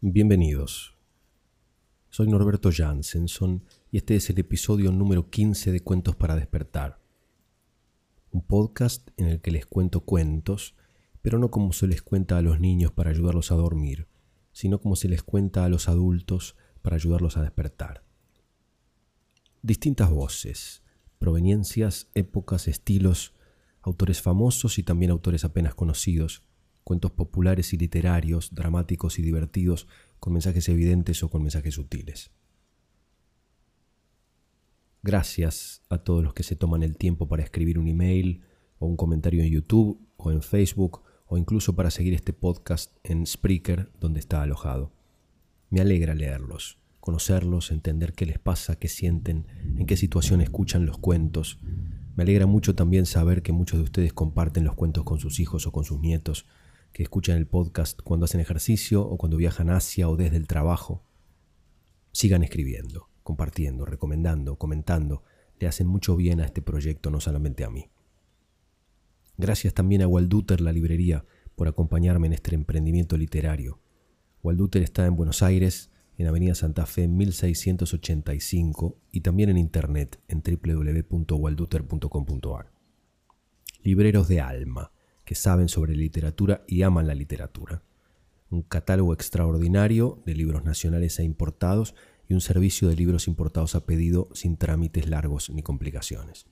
Bienvenidos. Soy Norberto Jansenson y este es el episodio número 15 de Cuentos para Despertar. Un podcast en el que les cuento cuentos, pero no como se les cuenta a los niños para ayudarlos a dormir, sino como se les cuenta a los adultos para ayudarlos a despertar. Distintas voces, proveniencias, épocas, estilos, autores famosos y también autores apenas conocidos, cuentos populares y literarios, dramáticos y divertidos, con mensajes evidentes o con mensajes sutiles. Gracias a todos los que se toman el tiempo para escribir un email o un comentario en YouTube o en Facebook o incluso para seguir este podcast en Spreaker, donde está alojado. Me alegra leerlos, conocerlos, entender qué les pasa, qué sienten, en qué situación escuchan los cuentos. Me alegra mucho también saber que muchos de ustedes comparten los cuentos con sus hijos o con sus nietos, que escuchan el podcast cuando hacen ejercicio o cuando viajan hacia o desde el trabajo. Sigan escribiendo, compartiendo, recomendando, comentando. Le hacen mucho bien a este proyecto, no solamente a mí. Gracias también a Walduter, la librería, por acompañarme en este emprendimiento literario. Walduter está en Buenos Aires, en Avenida Santa Fe 1685 y también en internet en www.walduter.com.ar. Libreros de alma, que saben sobre literatura y aman la literatura. Un catálogo extraordinario de libros nacionales e importados y un servicio de libros importados a pedido sin trámites largos ni complicaciones.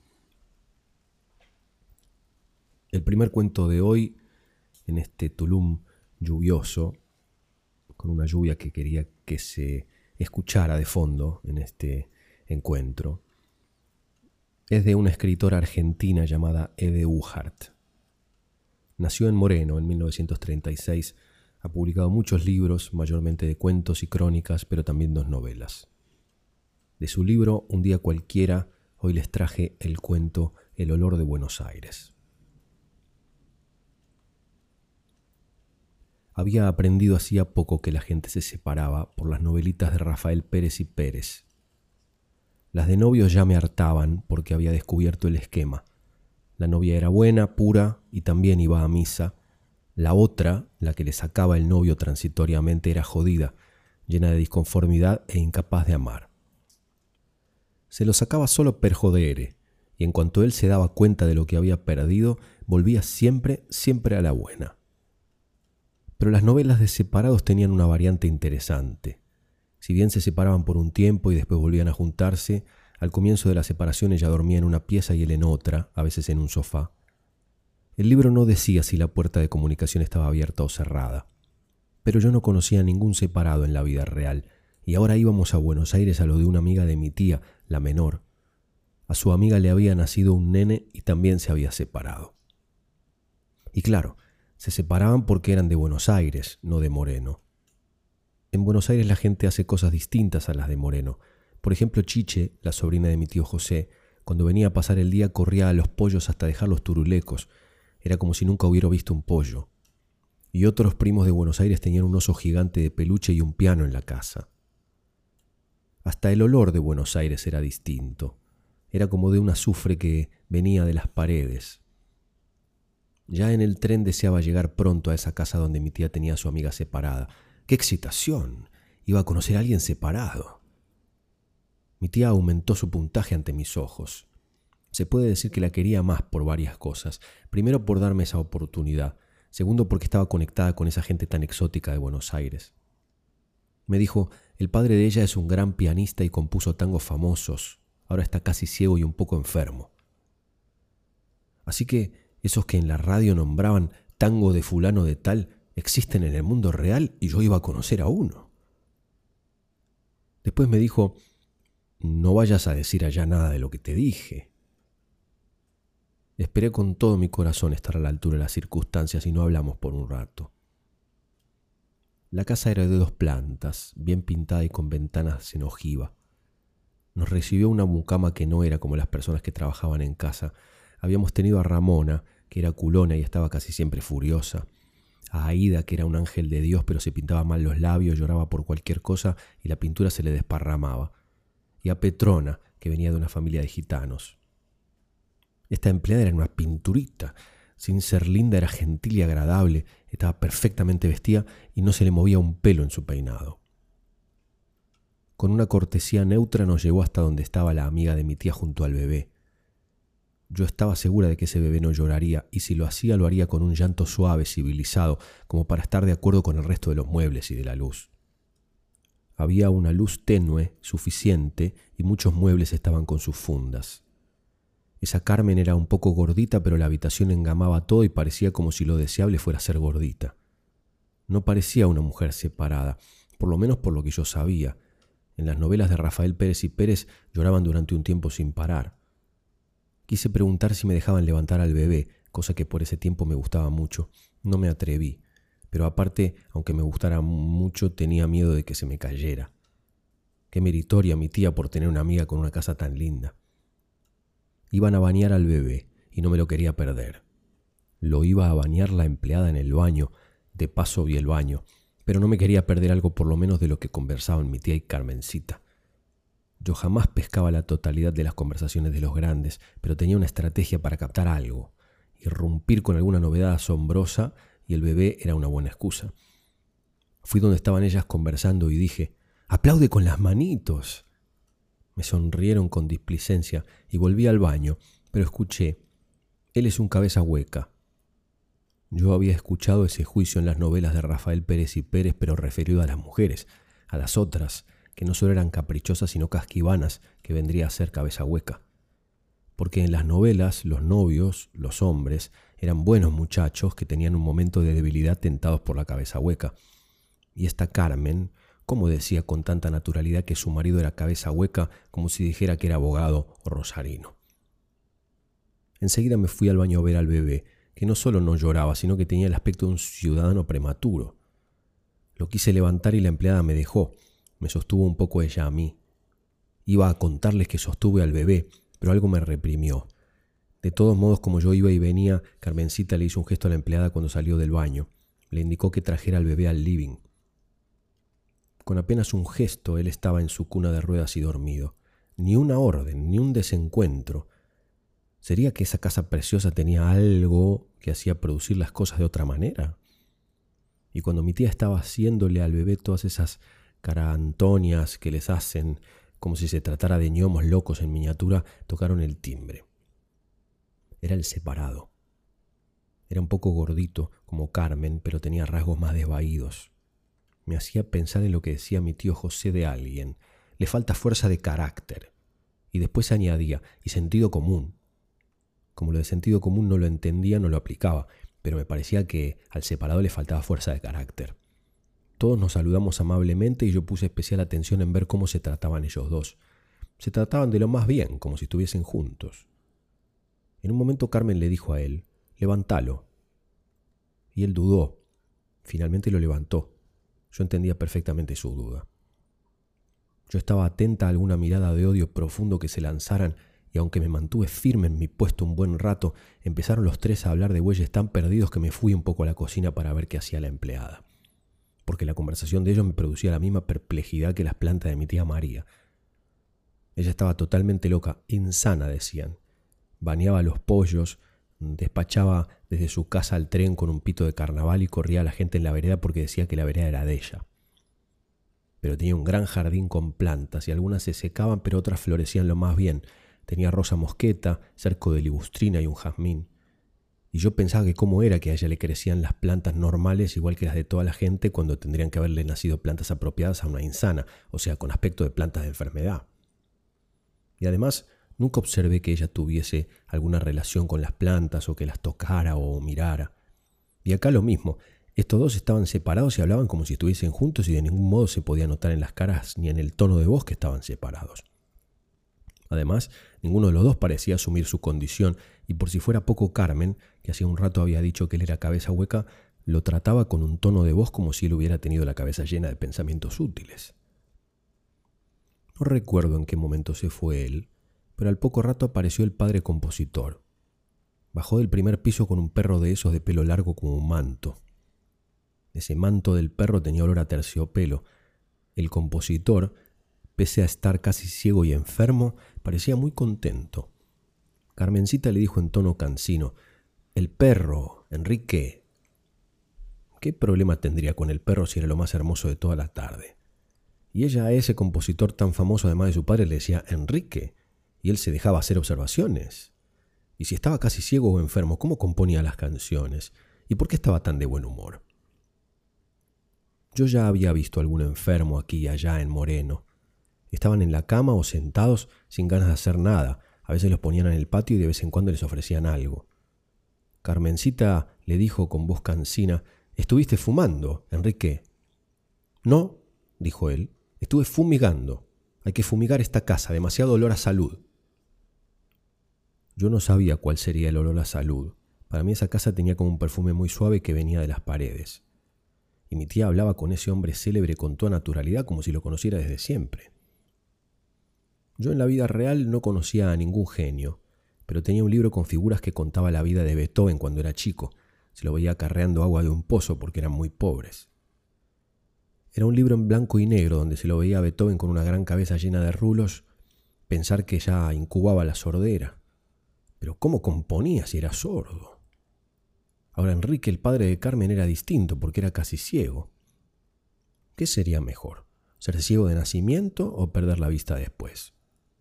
El primer cuento de hoy, en este Tulum lluvioso, con una lluvia que quería que se escuchara de fondo en este encuentro, es de una escritora argentina llamada Eve Uhart. Nació en Moreno en 1936, ha publicado muchos libros, mayormente de cuentos y crónicas, pero también 2 novelas. De su libro Un día cualquiera, hoy les traje el cuento El olor de Buenos Aires. Había aprendido hacía poco que la gente se separaba por las novelitas de Rafael Pérez y Pérez. Las de novios ya me hartaban porque había descubierto el esquema. La novia era buena, pura y también iba a misa. La otra, la que le sacaba el novio transitoriamente, era jodida, llena de disconformidad e incapaz de amar. Se lo sacaba solo per jodere, y en cuanto él se daba cuenta de lo que había perdido, volvía siempre a la buena. Pero las novelas de separados tenían una variante interesante. Si bien se separaban por un tiempo y después volvían a juntarse, al comienzo de la separación ella dormía en una pieza y él en otra, a veces en un sofá. El libro no decía si la puerta de comunicación estaba abierta o cerrada. Pero yo no conocía a ningún separado en la vida real, y ahora íbamos a Buenos Aires a lo de una amiga de mi tía, la menor. A su amiga le había nacido un nene y también se había separado. Y claro, se separaban porque eran de Buenos Aires, no de Moreno. En Buenos Aires la gente hace cosas distintas a las de Moreno. Por ejemplo, Chiche, la sobrina de mi tío José, cuando venía a pasar el día corría a los pollos hasta dejarlos turulecos. Era como si nunca hubiera visto un pollo. Y otros primos de Buenos Aires tenían un oso gigante de peluche y un piano en la casa. Hasta el olor de Buenos Aires era distinto. Era como de un azufre que venía de las paredes. Ya en el tren deseaba llegar pronto a esa casa donde mi tía tenía a su amiga separada. ¡Qué excitación! Iba a conocer a alguien separado. Mi tía aumentó su puntaje ante mis ojos. Se puede decir que la quería más por varias cosas. Primero, por darme esa oportunidad. Segundo, porque estaba conectada con esa gente tan exótica de Buenos Aires. Me dijo, el padre de ella es un gran pianista y compuso tangos famosos. Ahora está casi ciego y un poco enfermo. Así que esos que en la radio nombraban tango de fulano de tal existen en el mundo real y yo iba a conocer a uno. Después me dijo, no vayas a decir allá nada de lo que te dije. Esperé con todo mi corazón estar a la altura de las circunstancias y no hablamos por un rato. La casa era de 2 plantas, bien pintada y con ventanas en ojiva. Nos recibió una mucama que no era como las personas que trabajaban en casa. Habíamos tenido a Ramona, que era culona y estaba casi siempre furiosa. A Aida, que era un ángel de Dios pero se pintaba mal los labios, lloraba por cualquier cosa y la pintura se le desparramaba. Y a Petrona, que venía de una familia de gitanos. Esta empleada era una pinturita. Sin ser linda era gentil y agradable, estaba perfectamente vestida y no se le movía un pelo en su peinado. Con una cortesía neutra nos llevó hasta donde estaba la amiga de mi tía junto al bebé. Yo estaba segura de que ese bebé no lloraría, y si lo hacía, lo haría con un llanto suave, civilizado, como para estar de acuerdo con el resto de los muebles y de la luz. Había una luz tenue, suficiente, y muchos muebles estaban con sus fundas. Esa Carmen era un poco gordita, pero la habitación engamaba todo y parecía como si lo deseable fuera ser gordita. No parecía una mujer separada, por lo menos por lo que yo sabía. En las novelas de Rafael Pérez y Pérez lloraban durante un tiempo sin parar. Quise preguntar si me dejaban levantar al bebé, cosa que por ese tiempo me gustaba mucho. No me atreví, pero aparte, aunque me gustara mucho, tenía miedo de que se me cayera. Qué meritoria mi tía por tener una amiga con una casa tan linda. Iban a bañar al bebé y no me lo quería perder. Lo iba a bañar la empleada en el baño, de paso vi el baño, pero no me quería perder algo por lo menos de lo que conversaban mi tía y Carmencita. Yo jamás pescaba la totalidad de las conversaciones de los grandes, pero tenía una estrategia para captar algo, irrumpir con alguna novedad asombrosa, y el bebé era una buena excusa. Fui donde estaban ellas conversando y dije: «¡Aplaude con las manitos!». Me sonrieron con displicencia y volví al baño, pero escuché: «Él es un cabeza hueca». Yo había escuchado ese juicio en las novelas de Rafael Pérez y Pérez, pero referido a las mujeres, a las otras, que no solo eran caprichosas sino casquivanas, que vendría a ser cabeza hueca. Porque en las novelas los novios, los hombres, eran buenos muchachos que tenían un momento de debilidad tentados por la cabeza hueca. Y esta Carmen, ¿cómo decía con tanta naturalidad que su marido era cabeza hueca, como si dijera que era abogado o rosarino? Enseguida me fui al baño a ver al bebé, que no solo no lloraba, sino que tenía el aspecto de un ciudadano prematuro. Lo quise levantar y la empleada me dejó. Me sostuvo un poco ella a mí. Iba a contarles que sostuve al bebé, pero algo me reprimió. De todos modos, como yo iba y venía, Carmencita le hizo un gesto a la empleada cuando salió del baño. Le indicó que trajera al bebé al living. Con apenas un gesto, él estaba en su cuna de ruedas y dormido. Ni una orden, ni un desencuentro. ¿Sería que esa casa preciosa tenía algo que hacía producir las cosas de otra manera? Y cuando mi tía estaba haciéndole al bebé todas esas carantonias que les hacen, como si se tratara de gnomos locos en miniatura, tocaron el timbre. Era el separado. Era un poco gordito, como Carmen, pero tenía rasgos más desvaídos. Me hacía pensar en lo que decía mi tío José de alguien: le falta fuerza de carácter. Y después añadía: y sentido común. Como lo de sentido común no lo entendía, no lo aplicaba, pero me parecía que al separado le faltaba fuerza de carácter. Todos nos saludamos amablemente y yo puse especial atención en ver cómo se trataban ellos dos. Se trataban de lo más bien, como si estuviesen juntos. En un momento Carmen le dijo a él: «Levántalo». Y él dudó. Finalmente lo levantó. Yo entendía perfectamente su duda. Yo estaba atenta a alguna mirada de odio profundo que se lanzaran, y aunque me mantuve firme en mi puesto un buen rato, empezaron los tres a hablar de bueyes tan perdidos que me fui un poco a la cocina para ver qué hacía la empleada. Porque la conversación de ellos me producía la misma perplejidad que las plantas de mi tía María. Ella estaba totalmente loca, insana, decían. Bañaba a los pollos, despachaba desde su casa al tren con un pito de carnaval y corría a la gente en la vereda porque decía que la vereda era de ella. Pero tenía un gran jardín con plantas y algunas se secaban pero otras florecían lo más bien. Tenía rosa mosqueta, cerco de libustrina y un jazmín. Y yo pensaba que cómo era que a ella le crecían las plantas normales igual que las de toda la gente cuando tendrían que haberle nacido plantas apropiadas a una insana, o sea, con aspecto de plantas de enfermedad. Y además, nunca observé que ella tuviese alguna relación con las plantas o que las tocara o mirara. Y acá lo mismo, estos dos estaban separados y hablaban como si estuviesen juntos y de ningún modo se podía notar en las caras ni en el tono de voz que estaban separados. Además, ninguno de los dos parecía asumir su condición, y por si fuera poco Carmen, que hacía un rato había dicho que él era cabeza hueca, lo trataba con un tono de voz como si él hubiera tenido la cabeza llena de pensamientos útiles. No recuerdo en qué momento se fue él, pero al poco rato apareció el padre compositor. Bajó del primer piso con un perro de esos de pelo largo como un manto. Ese manto del perro tenía olor a terciopelo. El compositor, pese a estar casi ciego y enfermo, parecía muy contento. Carmencita le dijo en tono cansino: El perro, Enrique. ¿Qué problema tendría con el perro si era lo más hermoso de toda la tarde? Y ella a ese compositor tan famoso, además de su padre, le decía Enrique, y él se dejaba hacer observaciones. Y si estaba casi ciego o enfermo, ¿cómo componía las canciones? ¿Y por qué estaba tan de buen humor? Yo ya había visto algún enfermo aquí y allá en Moreno. Estaban en la cama o sentados sin ganas de hacer nada. A veces los ponían en el patio y de vez en cuando les ofrecían algo. Carmencita le dijo con voz cansina: «¿Estuviste fumando, Enrique?» «No», dijo él, «estuve fumigando. Hay que fumigar esta casa, demasiado olor a salud». Yo no sabía cuál sería el olor a salud. Para mí esa casa tenía como un perfume muy suave que venía de las paredes. Y mi tía hablaba con ese hombre célebre con toda naturalidad, como si lo conociera desde siempre. Yo en la vida real no conocía a ningún genio, pero tenía un libro con figuras que contaba la vida de Beethoven cuando era chico. Se lo veía acarreando agua de un pozo porque eran muy pobres. Era un libro en blanco y negro donde se lo veía a Beethoven con una gran cabeza llena de rulos, pensar que ya incubaba la sordera. Pero ¿cómo componía si era sordo? Ahora Enrique, el padre de Carmen, era distinto porque era casi ciego. ¿Qué sería mejor? ¿Ser ciego de nacimiento o perder la vista después?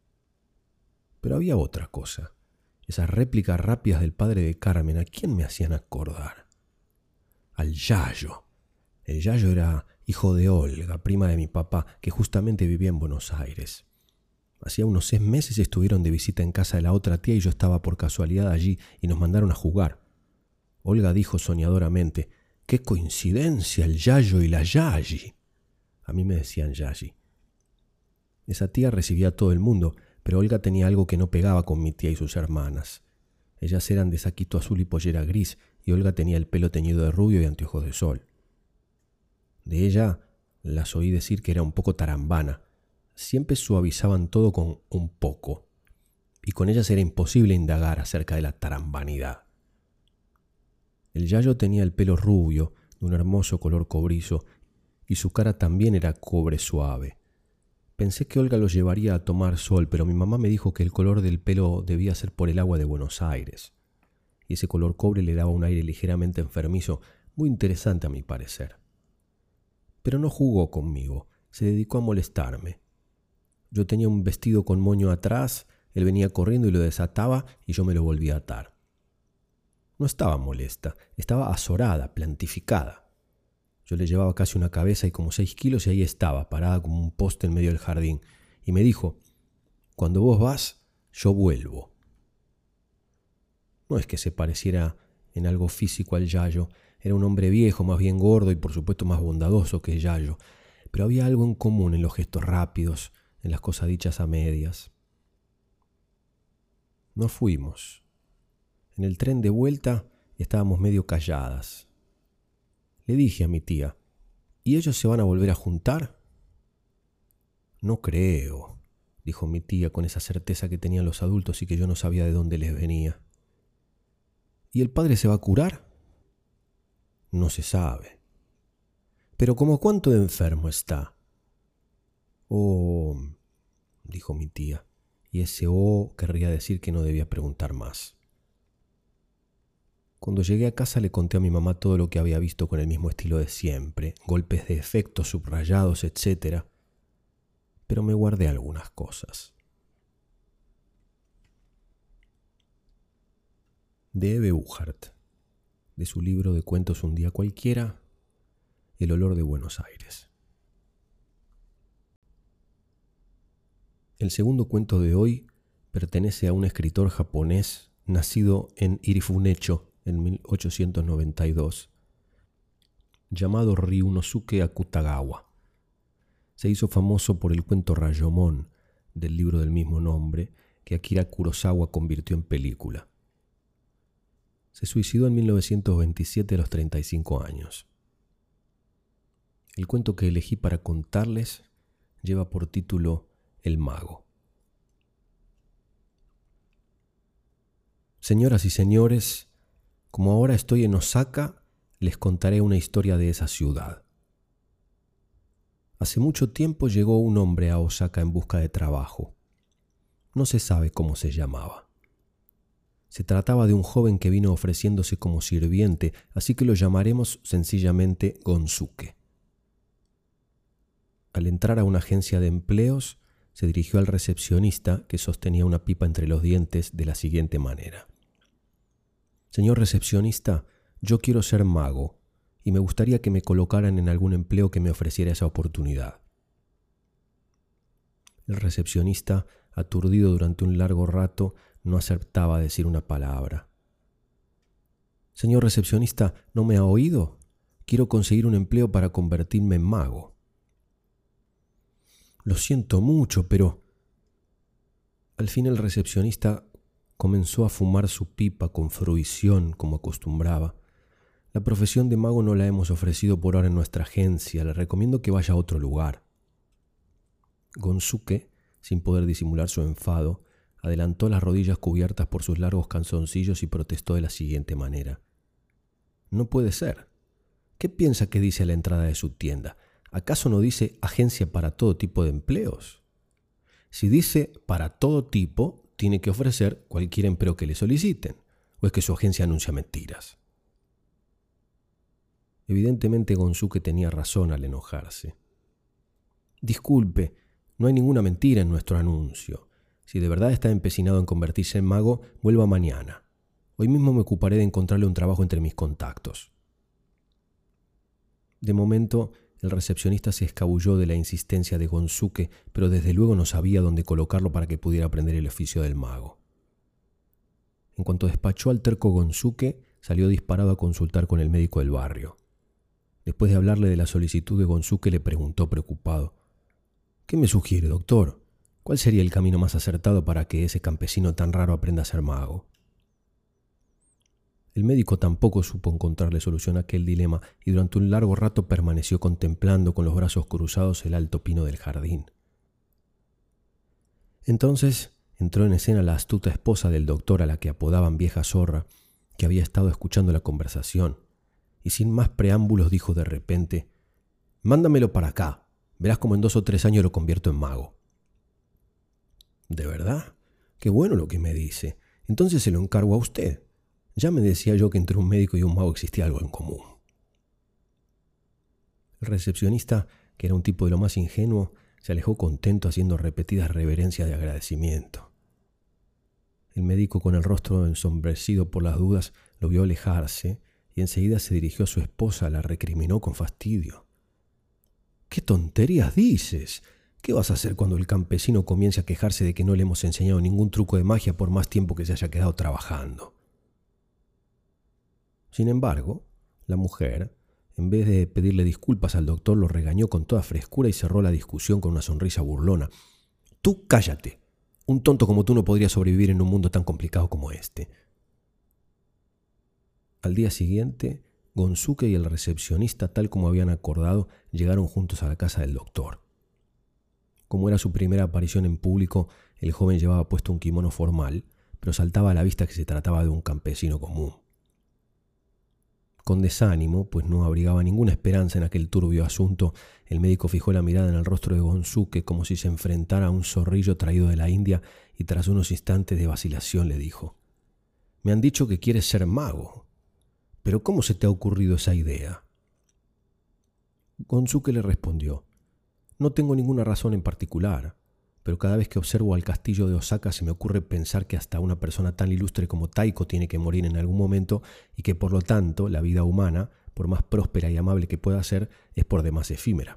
Pero había otra cosa. Esas réplicas rápidas del padre de Carmen, ¿a quién me hacían acordar? Al Yayo. El Yayo era hijo de Olga, prima de mi papá, que justamente vivía en Buenos Aires. Hacía unos 6 meses estuvieron de visita en casa de la otra tía y yo estaba por casualidad allí y nos mandaron a jugar. Olga dijo soñadoramente: «¡Qué coincidencia el Yayo y la Yayi!». A mí me decían Yayi. Esa tía recibía a todo el mundo, pero Olga tenía algo que no pegaba con mi tía y sus hermanas. Ellas eran de saquito azul y pollera gris, y Olga tenía el pelo teñido de rubio y anteojos de sol. De ella las oí decir que era un poco tarambana. Siempre suavizaban todo con un poco, y con ellas era imposible indagar acerca de la tarambanidad. El Yayo tenía el pelo rubio, de un hermoso color cobrizo, y su cara también era cobre suave. Pensé que Olga los llevaría a tomar sol, pero mi mamá me dijo que el color del pelo debía ser por el agua de Buenos Aires, y ese color cobre le daba un aire ligeramente enfermizo, muy interesante a mi parecer. Pero no jugó conmigo, se dedicó a molestarme. Yo tenía un vestido con moño atrás, él venía corriendo y lo desataba y yo me lo volvía a atar. No estaba molesta, estaba azorada, plantificada. Yo le llevaba casi una cabeza y como 6 kilos y ahí estaba, parada como un poste en medio del jardín. Y me dijo: «Cuando vos vas, yo vuelvo». No es que se pareciera en algo físico al Yayo. Era un hombre viejo, más bien gordo y por supuesto más bondadoso que Yayo. Pero había algo en común en los gestos rápidos, en las cosas dichas a medias. Nos fuimos. En el tren de vuelta estábamos medio calladas. Le dije a mi tía: «¿Y ellos se van a volver a juntar?». «No creo», dijo mi tía con esa certeza que tenían los adultos y que yo no sabía de dónde les venía. «¿Y el padre se va a curar?». «No se sabe». «¿Pero como cuánto de enfermo está?». «Oh», dijo mi tía, y ese «oh» querría decir que no debía preguntar más. Cuando llegué a casa le conté a mi mamá todo lo que había visto con el mismo estilo de siempre, golpes de efecto, subrayados, etc. Pero me guardé algunas cosas. De Eve Uchart, de su libro de cuentos Un día cualquiera, El olor de Buenos Aires. El segundo cuento de hoy pertenece a un escritor japonés nacido en Irifunecho en 1892, llamado Ryunosuke Akutagawa. Se hizo famoso por el cuento Rayomon del libro del mismo nombre que Akira Kurosawa convirtió en película. Se suicidó en 1927 a los 35 años. El cuento que elegí para contarles lleva por título El mago. Señoras y señores, como ahora estoy en Osaka, les contaré una historia de esa ciudad. Hace mucho tiempo llegó un hombre a Osaka en busca de trabajo. No se sabe cómo se llamaba. Se trataba de un joven que vino ofreciéndose como sirviente, así que lo llamaremos sencillamente Gonzuke. Al entrar a una agencia de empleos, se dirigió al recepcionista, que sostenía una pipa entre los dientes, de la siguiente manera: «Señor recepcionista, yo quiero ser mago y me gustaría que me colocaran en algún empleo que me ofreciera esa oportunidad». El recepcionista, aturdido durante un largo rato, no acertaba a decir una palabra. «Señor recepcionista, ¿no me ha oído? Quiero conseguir un empleo para convertirme en mago». «Lo siento mucho, pero...». Al fin el recepcionista comenzó a fumar su pipa con fruición, como acostumbraba. «La profesión de mago no la hemos ofrecido por ahora en nuestra agencia. Le recomiendo que vaya a otro lugar». Gonzuke, sin poder disimular su enfado, adelantó las rodillas cubiertas por sus largos calzoncillos y protestó de la siguiente manera: «No puede ser. ¿Qué piensa que dice a la entrada de su tienda? ¿Acaso no dice agencia para todo tipo de empleos? Si dice para todo tipo, tiene que ofrecer cualquier empleo que le soliciten. ¿O es que su agencia anuncia mentiras?». Evidentemente Gonzuke tenía razón al enojarse. «Disculpe, no hay ninguna mentira en nuestro anuncio. Si de verdad está empecinado en convertirse en mago, vuelva mañana. Hoy mismo me ocuparé de encontrarle un trabajo entre mis contactos». De momento, el recepcionista se escabulló de la insistencia de Gonzuke, pero desde luego no sabía dónde colocarlo para que pudiera aprender el oficio del mago. En cuanto despachó al terco Gonzuke, salió disparado a consultar con el médico del barrio. Después de hablarle de la solicitud de Gonzuke, le preguntó preocupado: «¿Qué me sugiere, doctor? ¿Cuál sería el camino más acertado para que ese campesino tan raro aprenda a ser mago?». El médico tampoco supo encontrarle solución a aquel dilema y durante un largo rato permaneció contemplando con los brazos cruzados el alto pino del jardín. Entonces entró en escena la astuta esposa del doctor, a la que apodaban Vieja Zorra, que había estado escuchando la conversación, y sin más preámbulos dijo de repente: «Mándamelo para acá. Verás como en 2 o 3 años lo convierto en mago». «¿De verdad? Qué bueno lo que me dice. Entonces se lo encargo a usted. Ya me decía yo que entre un médico y un mago existía algo en común». El recepcionista, que era un tipo de lo más ingenuo, se alejó contento haciendo repetidas reverencias de agradecimiento. El médico, con el rostro ensombrecido por las dudas, lo vio alejarse y enseguida se dirigió a su esposa. La recriminó con fastidio: «¿Qué tonterías dices? ¿Qué vas a hacer cuando el campesino comience a quejarse de que no le hemos enseñado ningún truco de magia por más tiempo que se haya quedado trabajando?». Sin embargo, la mujer, en vez de pedirle disculpas al doctor, lo regañó con toda frescura y cerró la discusión con una sonrisa burlona: «Tú cállate. Un tonto como tú no podría sobrevivir en un mundo tan complicado como este». Al día siguiente, Gonzuke y el recepcionista, tal como habían acordado, llegaron juntos a la casa del doctor. Como era su primera aparición en público, el joven llevaba puesto un kimono formal, pero saltaba a la vista que se trataba de un campesino común. Con desánimo, pues no abrigaba ninguna esperanza en aquel turbio asunto, el médico fijó la mirada en el rostro de Gonzuke como si se enfrentara a un zorrillo traído de la India, y tras unos instantes de vacilación le dijo: «Me han dicho que quieres ser mago. ¿Pero cómo se te ha ocurrido esa idea?». Gonzuke le respondió: «No tengo ninguna razón en particular, pero cada vez que observo al castillo de Osaka se me ocurre pensar que hasta una persona tan ilustre como Taiko tiene que morir en algún momento, y que por lo tanto la vida humana, por más próspera y amable que pueda ser, es por demás efímera».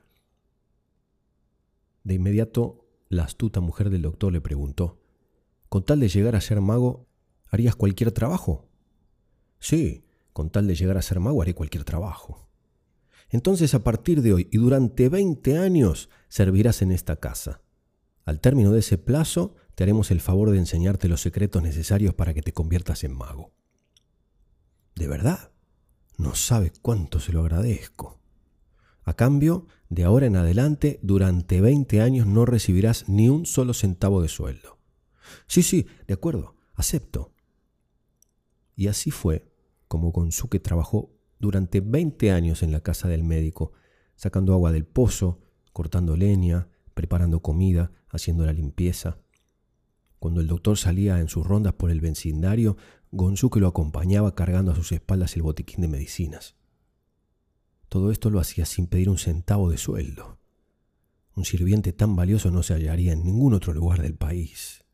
De inmediato, la astuta mujer del doctor le preguntó: «¿Con tal de llegar a ser mago, harías cualquier trabajo?». «Sí, con tal de llegar a ser mago haré cualquier trabajo». «Entonces, a partir de hoy y durante 20 años servirás en esta casa. Al término de ese plazo, te haremos el favor de enseñarte los secretos necesarios para que te conviertas en mago». «¿De verdad? No sabe cuánto se lo agradezco. A cambio, de ahora en adelante, durante 20 años no recibirás ni un solo centavo de sueldo». Sí, de acuerdo, acepto». Y así fue como Gonzuke trabajó durante 20 años en la casa del médico, sacando agua del pozo, cortando leña, preparando comida, haciendo la limpieza. Cuando el doctor salía en sus rondas por el vecindario, Gonzuke lo acompañaba cargando a sus espaldas el botiquín de medicinas. Todo esto lo hacía sin pedir un centavo de sueldo. Un sirviente tan valioso no se hallaría en ningún otro lugar del país.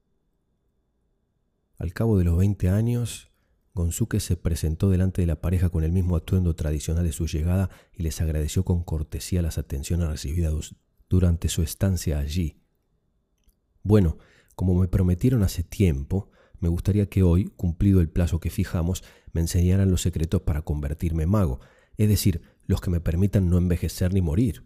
Al cabo de los 20 años, Gonzuke se presentó delante de la pareja con el mismo atuendo tradicional de su llegada y les agradeció con cortesía las atenciones recibidas durante su estancia allí. Bueno, como me prometieron hace tiempo, me gustaría que hoy, cumplido el plazo que fijamos, me enseñaran los secretos para convertirme en mago, es decir, los que me permitan no envejecer ni morir.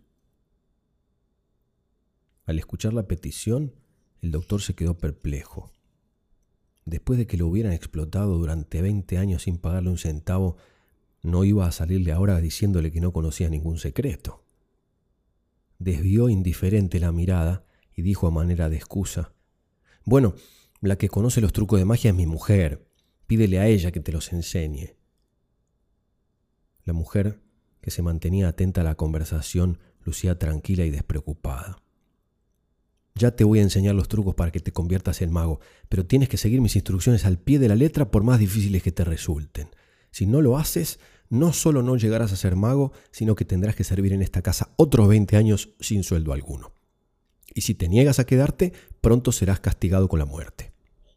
Al escuchar la petición, el doctor se quedó perplejo. Después de que lo hubieran explotado durante 20 años sin pagarle un centavo, no iba a salirle ahora diciéndole que no conocía ningún secreto. Desvió indiferente la mirada y dijo a manera de excusa: «Bueno, la que conoce los trucos de magia es mi mujer. Pídele a ella que te los enseñe». La mujer, que se mantenía atenta a la conversación, lucía tranquila y despreocupada. «Ya te voy a enseñar los trucos para que te conviertas en mago, pero tienes que seguir mis instrucciones al pie de la letra por más difíciles que te resulten. Si no lo haces, no solo no llegarás a ser mago, sino que tendrás que servir en esta casa otros 20 años sin sueldo alguno. Y si te niegas a quedarte, pronto serás castigado con la muerte».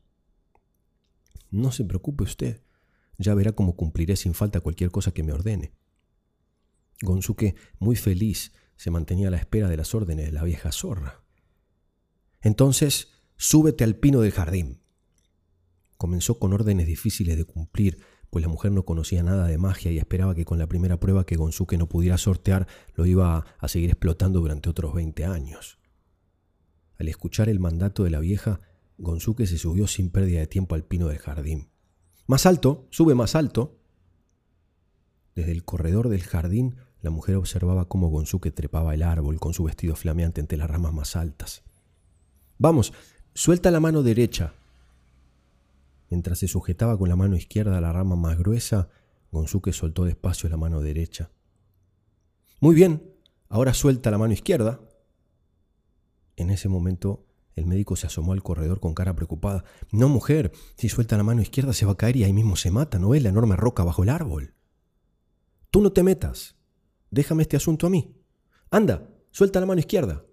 «No se preocupe usted, ya verá cómo cumpliré sin falta cualquier cosa que me ordene». Gonzuke, muy feliz, se mantenía a la espera de las órdenes de la vieja zorra. «Entonces, súbete al pino del jardín». Comenzó con órdenes difíciles de cumplir, pues la mujer no conocía nada de magia y esperaba que con la primera prueba que Gonzuke no pudiera sortear, lo iba a seguir explotando durante otros 20 años. Al escuchar el mandato de la vieja, Gonzuke se subió sin pérdida de tiempo al pino del jardín. «Más alto, sube más alto». Desde el corredor del jardín, la mujer observaba cómo Gonzuke trepaba el árbol con su vestido flameante entre las ramas más altas. «Vamos, suelta la mano derecha». Mientras se sujetaba con la mano izquierda a la rama más gruesa, Gonzuke soltó despacio la mano derecha. «Muy bien, ahora suelta la mano izquierda». En ese momento, el médico se asomó al corredor con cara preocupada. «No, mujer, si suelta la mano izquierda se va a caer y ahí mismo se mata, ¿no ves la enorme roca bajo el árbol?» «Tú no te metas, déjame este asunto a mí. Anda, suelta la mano izquierda».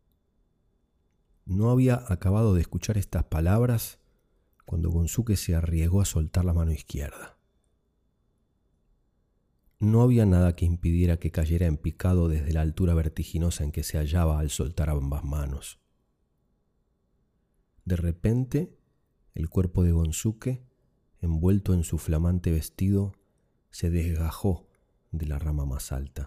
No había acabado de escuchar estas palabras cuando Gonzuke se arriesgó a soltar la mano izquierda. No había nada que impidiera que cayera en picado desde la altura vertiginosa en que se hallaba al soltar ambas manos. De repente, el cuerpo de Gonzuke, envuelto en su flamante vestido, se desgajó de la rama más alta.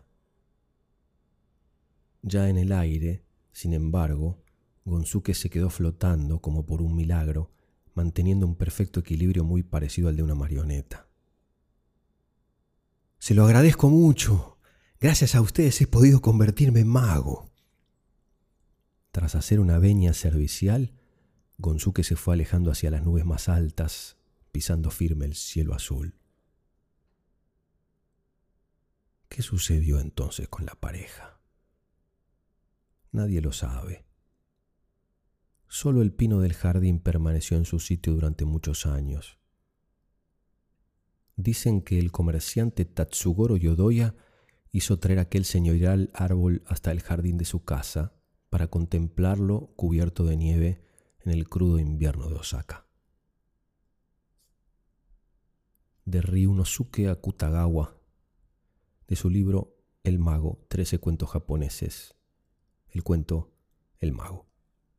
Ya en el aire, sin embargo, Gonzuke se quedó flotando como por un milagro, manteniendo un perfecto equilibrio muy parecido al de una marioneta. «Se lo agradezco mucho. Gracias a ustedes he podido convertirme en mago». Tras hacer una venia servicial, Gonzuke se fue alejando hacia las nubes más altas, pisando firme el cielo azul. ¿Qué sucedió entonces con la pareja? Nadie lo sabe. Solo el pino del jardín permaneció en su sitio durante muchos años. Dicen que el comerciante Tatsugoro Yodoya hizo traer aquel señorial árbol hasta el jardín de su casa para contemplarlo cubierto de nieve en el crudo invierno de Osaka. De Ryunosuke Akutagawa, de su libro El mago, 13 cuentos japoneses. El cuento El mago.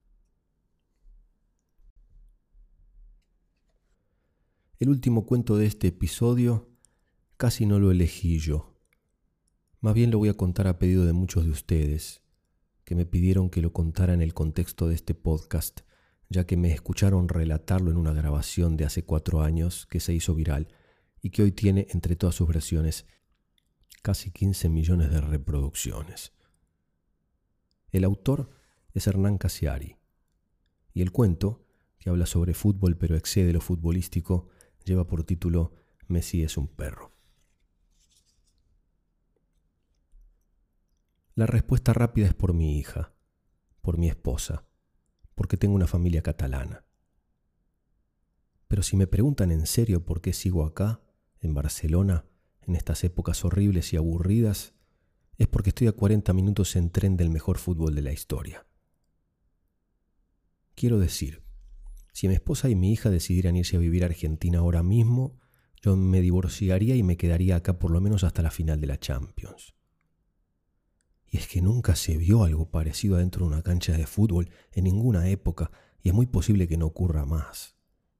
El último cuento de este episodio casi no lo elegí yo. Más bien lo voy a contar a pedido de muchos de ustedes, que me pidieron que lo contara en el contexto de este podcast, ya que me escucharon relatarlo en una grabación de hace 4 años que se hizo viral y que hoy tiene, entre todas sus versiones, casi 15 millones de reproducciones. El autor es Hernán Casiari, y el cuento, que habla sobre fútbol pero excede lo futbolístico, lleva por título Messi es un perro. La respuesta rápida es por mi hija, por mi esposa, porque tengo una familia catalana. Pero si me preguntan en serio por qué sigo acá, en Barcelona, en estas épocas horribles y aburridas, es porque estoy a 40 minutos en tren del mejor fútbol de la historia. Quiero decir, si mi esposa y mi hija decidieran irse a vivir a Argentina ahora mismo, yo me divorciaría y me quedaría acá por lo menos hasta la final de la Champions. Y es que nunca se vio algo parecido adentro de una cancha de fútbol en ninguna época, y es muy posible que no ocurra más.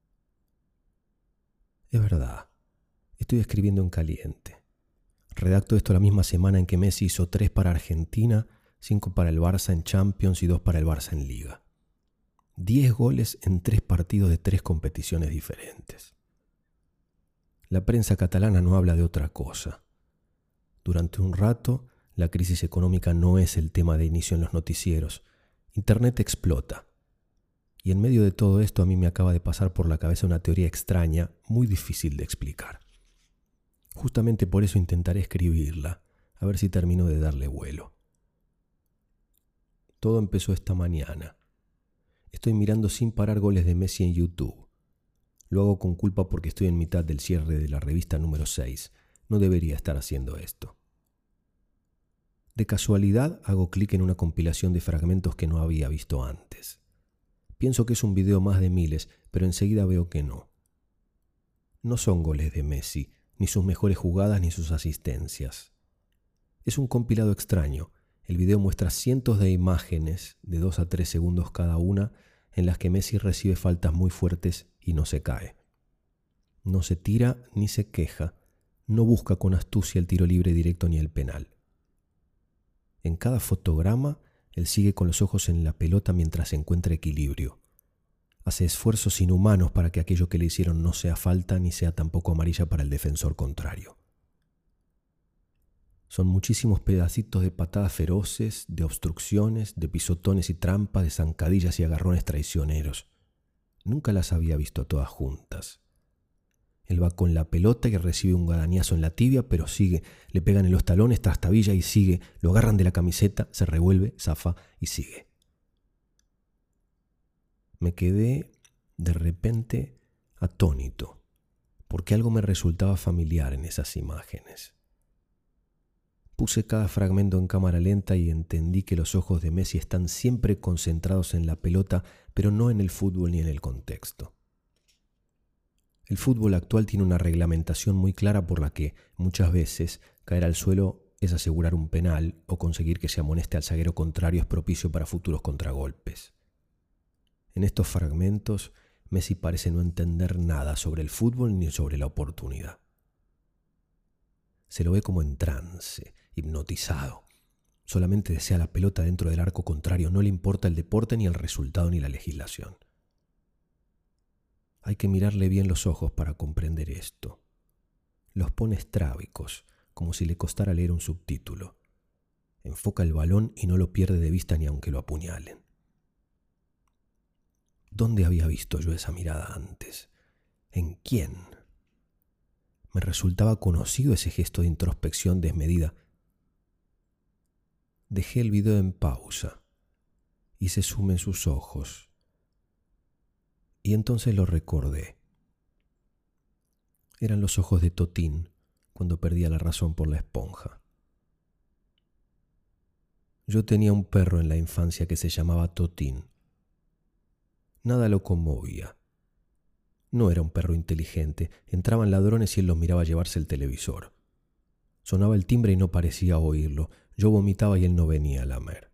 Es verdad, estoy escribiendo en caliente. Redacto esto la misma semana en que Messi hizo 3 para Argentina, 5 para el Barça en Champions y 2 para el Barça en Liga. 10 goles en 3 partidos de 3 competiciones diferentes. La prensa catalana no habla de otra cosa. Durante un rato, la crisis económica no es el tema de inicio en los noticieros. Internet explota. Y en medio de todo esto a mí me acaba de pasar por la cabeza una teoría extraña, muy difícil de explicar. Justamente por eso intentaré escribirla, a ver si termino de darle vuelo. Todo empezó esta mañana. Estoy mirando sin parar goles de Messi en YouTube. Lo hago con culpa porque estoy en mitad del cierre de la revista número 6. No debería estar haciendo esto. De casualidad hago clic en una compilación de fragmentos que no había visto antes. Pienso que es un video más de miles, pero enseguida veo que no. No son goles de Messi, ni sus mejores jugadas ni sus asistencias. Es un compilado extraño. El video muestra cientos de imágenes de 2 a 3 segundos cada una en las que Messi recibe faltas muy fuertes y no se cae. No se tira ni se queja, no busca con astucia el tiro libre directo ni el penal. En cada fotograma, él sigue con los ojos en la pelota mientras encuentra equilibrio. Hace esfuerzos inhumanos para que aquello que le hicieron no sea falta ni sea tampoco amarilla para el defensor contrario. Son muchísimos pedacitos de patadas feroces, de obstrucciones, de pisotones y trampas, de zancadillas y agarrones traicioneros. Nunca las había visto todas juntas. Él va con la pelota y recibe un guadañazo en la tibia, pero sigue. Le pegan en los talones, trastabilla y sigue. Lo agarran de la camiseta, se revuelve, zafa y sigue. Me quedé, de repente, atónito, porque algo me resultaba familiar en esas imágenes. Puse cada fragmento en cámara lenta y entendí que los ojos de Messi están siempre concentrados en la pelota, pero no en el fútbol ni en el contexto. El fútbol actual tiene una reglamentación muy clara por la que, muchas veces, caer al suelo es asegurar un penal o conseguir que se amoneste al zaguero contrario es propicio para futuros contragolpes. En estos fragmentos, Messi parece no entender nada sobre el fútbol ni sobre la oportunidad. Se lo ve como en trance, hipnotizado. Solamente desea la pelota dentro del arco contrario, no le importa el deporte ni el resultado ni la legislación. Hay que mirarle bien los ojos para comprender esto. Los pone estrábicos, como si le costara leer un subtítulo. Enfoca el balón y no lo pierde de vista ni aunque lo apuñalen. ¿Dónde había visto yo esa mirada antes? ¿En quién? Me resultaba conocido ese gesto de introspección desmedida. Dejé el video en pausa. Hice zoom en sus ojos. Y entonces lo recordé. Eran los ojos de Totín cuando perdía la razón por la esponja. Yo tenía un perro en la infancia que se llamaba Totín. Nada lo conmovía. No era un perro inteligente. Entraban ladrones y él los miraba llevarse el televisor. Sonaba el timbre y no parecía oírlo. Yo vomitaba y él no venía a lamer.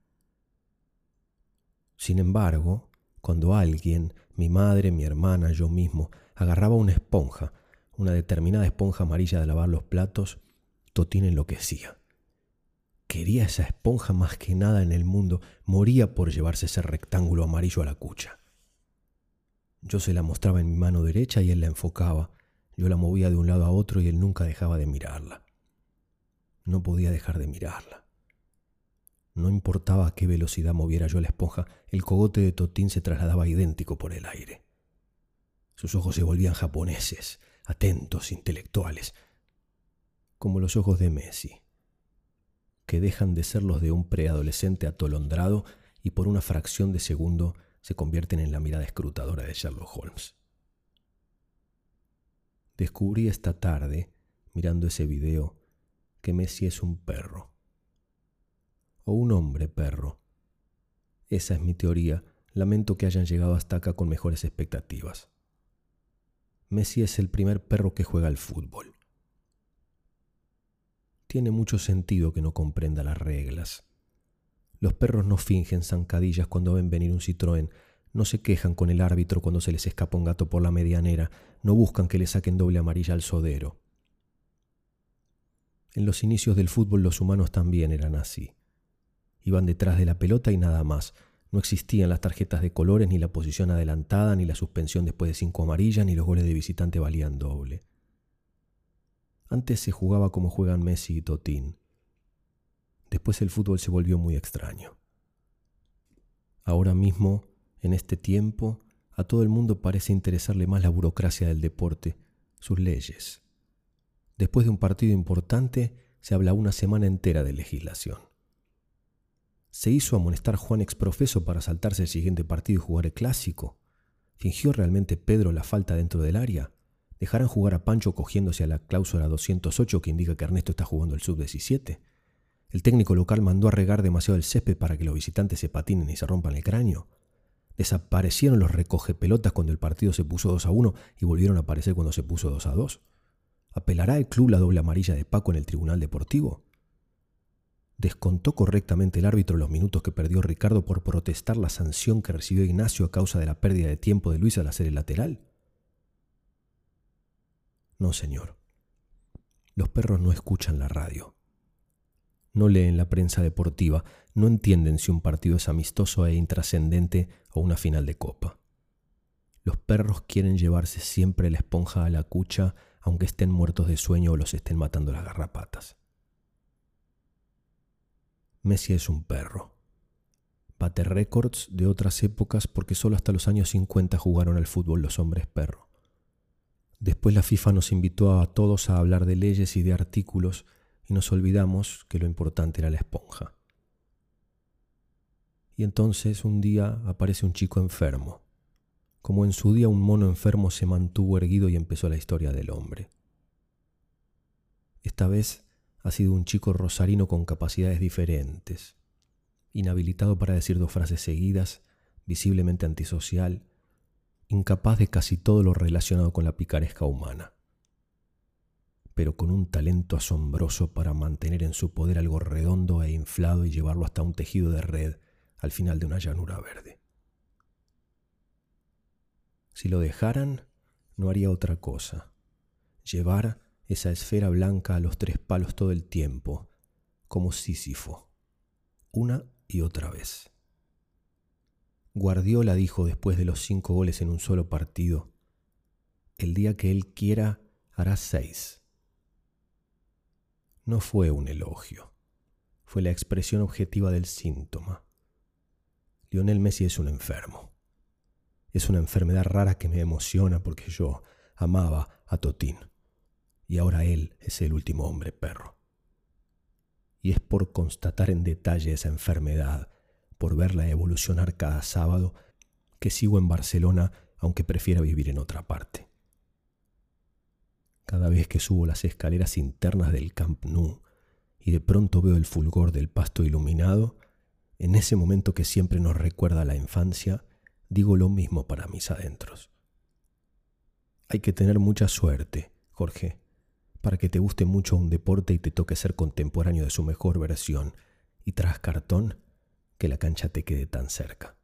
Sin embargo, cuando alguien, mi madre, mi hermana, yo mismo, agarraba una esponja, una determinada esponja amarilla de lavar los platos, Totín enloquecía. Quería esa esponja más que nada en el mundo, moría por llevarse ese rectángulo amarillo a la cucha. Yo se la mostraba en mi mano derecha y él la enfocaba. Yo la movía de un lado a otro y él nunca dejaba de mirarla. No podía dejar de mirarla. No importaba a qué velocidad moviera yo la esponja, el cogote de Totín se trasladaba idéntico por el aire. Sus ojos se volvían japoneses, atentos, intelectuales, como los ojos de Messi, que dejan de ser los de un preadolescente atolondrado y por una fracción de segundo se convierten en la mirada escrutadora de Sherlock Holmes. Descubrí esta tarde, mirando ese video, que Messi es un perro. O un hombre perro. Esa es mi teoría. Lamento que hayan llegado hasta acá con mejores expectativas. Messi es el primer perro que juega al fútbol. Tiene mucho sentido que no comprenda las reglas. Los perros no fingen zancadillas cuando ven venir un Citroën, no se quejan con el árbitro cuando se les escapa un gato por la medianera, no buscan que le saquen doble amarilla al sodero. En los inicios del fútbol los humanos también eran así. Iban detrás de la pelota y nada más. No existían las tarjetas de colores, ni la posición adelantada, ni la suspensión después de 5 amarillas, ni los goles de visitante valían doble. Antes se jugaba como juegan Messi y Totín. Después el fútbol se volvió muy extraño. Ahora mismo, en este tiempo, a todo el mundo parece interesarle más la burocracia del deporte, sus leyes. Después de un partido importante, se habla una semana entera de legislación. ¿Se hizo amonestar Juan exprofeso para saltarse el siguiente partido y jugar el clásico? ¿Fingió realmente Pedro la falta dentro del área? ¿Dejarán jugar a Pancho cogiéndose a la cláusula 208 que indica que Ernesto está jugando el sub-17? ¿El técnico local mandó a regar demasiado el césped para que los visitantes se patinen y se rompan el cráneo? ¿Desaparecieron los recogepelotas cuando el partido se puso 2-1 y volvieron a aparecer cuando se puso 2-2? ¿Apelará el club la doble amarilla de Paco en el tribunal deportivo? ¿Descontó correctamente el árbitro los minutos que perdió Ricardo por protestar la sanción que recibió Ignacio a causa de la pérdida de tiempo de Luis al hacer el lateral? No, señor. Los perros no escuchan la radio. No leen la prensa deportiva, no entienden si un partido es amistoso e intrascendente o una final de copa. Los perros quieren llevarse siempre la esponja a la cucha, aunque estén muertos de sueño o los estén matando las garrapatas. Messi es un perro. Bate récords de otras épocas porque solo hasta los años 50 jugaron al fútbol los hombres perro. Después la FIFA nos invitó a todos a hablar de leyes y de artículos y nos olvidamos que lo importante era la esponja. Y entonces un día aparece un chico enfermo. Como en su día un mono enfermo se mantuvo erguido y empezó la historia del hombre. Esta vez ha sido un chico rosarino con capacidades diferentes, inhabilitado para decir 2 frases seguidas, visiblemente antisocial, incapaz de casi todo lo relacionado con la picaresca humana, pero con un talento asombroso para mantener en su poder algo redondo e inflado y llevarlo hasta un tejido de red al final de una llanura verde. Si lo dejaran, no haría otra cosa: llevar esa esfera blanca a los 3 palos todo el tiempo, como Sísifo, una y otra vez. Guardiola dijo después de los 5 goles en un solo partido: el día que él quiera, hará 6. No fue un elogio, fue la expresión objetiva del síntoma. Lionel Messi es un enfermo. Es una enfermedad rara que me emociona porque yo amaba a Totín. Y ahora él es el último hombre perro. Y es por constatar en detalle esa enfermedad, por verla evolucionar cada sábado, que sigo en Barcelona aunque prefiera vivir en otra parte. Cada vez que subo las escaleras internas del Camp Nou y de pronto veo el fulgor del pasto iluminado, en ese momento que siempre nos recuerda a la infancia, digo lo mismo para mis adentros. Hay que tener mucha suerte, Jorge, para que te guste mucho un deporte y te toque ser contemporáneo de su mejor versión, y tras cartón, que la cancha te quede tan cerca.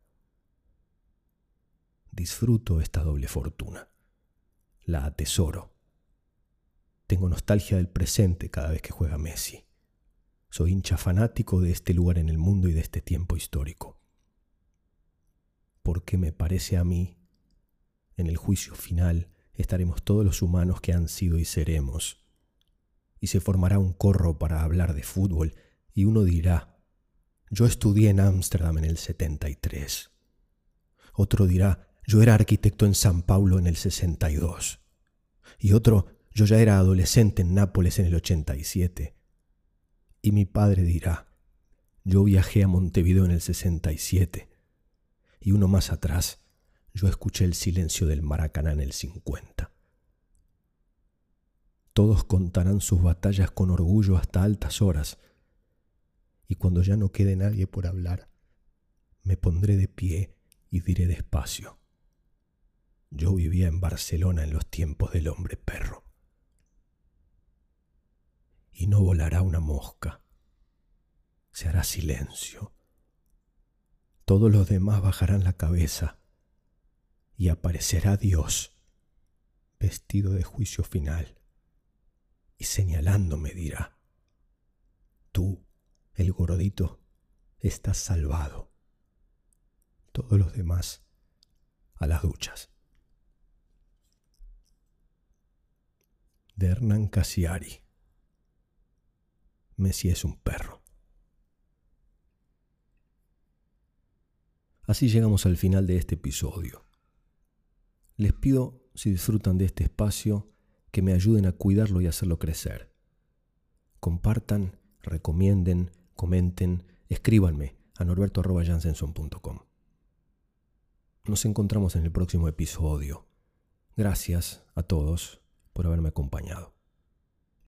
Disfruto esta doble fortuna. La atesoro. Tengo nostalgia del presente cada vez que juega Messi. Soy hincha fanático de este lugar en el mundo y de este tiempo histórico. Porque me parece a mí, en el juicio final, estaremos todos los humanos que han sido y seremos. Y se formará un corro para hablar de fútbol y uno dirá: yo estudié en Ámsterdam en el 73. Otro dirá: yo era arquitecto en San Paulo en el 62. Y otro: yo ya era adolescente en Nápoles en el 87. Y mi padre dirá: yo viajé a Montevideo en el 67. Y uno más atrás: yo escuché el silencio del Maracaná en el 50. Todos contarán sus batallas con orgullo hasta altas horas. Y cuando ya no quede nadie por hablar, me pondré de pie y diré despacio: yo vivía en Barcelona en los tiempos del hombre perro. Y no volará una mosca. Se hará silencio. Todos los demás bajarán la cabeza y aparecerá Dios, vestido de juicio final, y señalándome dirá: tú, el gordito, estás salvado. Todos los demás a las duchas. De Hernán Cassiari. Messi es un perro. Así llegamos al final de este episodio. Les pido, si disfrutan de este espacio, que me ayuden a cuidarlo y hacerlo crecer. Compartan, recomienden, comenten, escríbanme a norberto@jansenson.com. Nos encontramos en el próximo episodio. Gracias a todos por haberme acompañado.